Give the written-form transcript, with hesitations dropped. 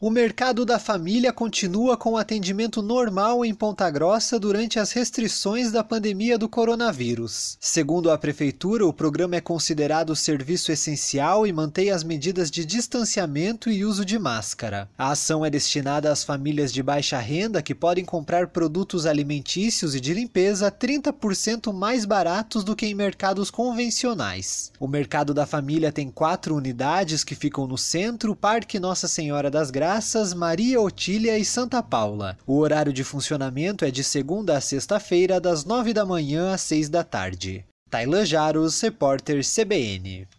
O Mercado da Família continua com atendimento normal em Ponta Grossa durante as restrições da pandemia do coronavírus. Segundo a Prefeitura, o programa é considerado serviço essencial e mantém as medidas de distanciamento e uso de máscara. A ação é destinada às famílias de baixa renda que podem comprar produtos alimentícios e de limpeza 30% mais baratos do que em mercados convencionais. O Mercado da Família tem 4 unidades que ficam no centro, Parque Nossa Senhora das Graças, Maria Otília e Santa Paula. O horário de funcionamento é de segunda a sexta-feira, das 9 da manhã às 6 da tarde. Tailan Jaros, repórter CBN.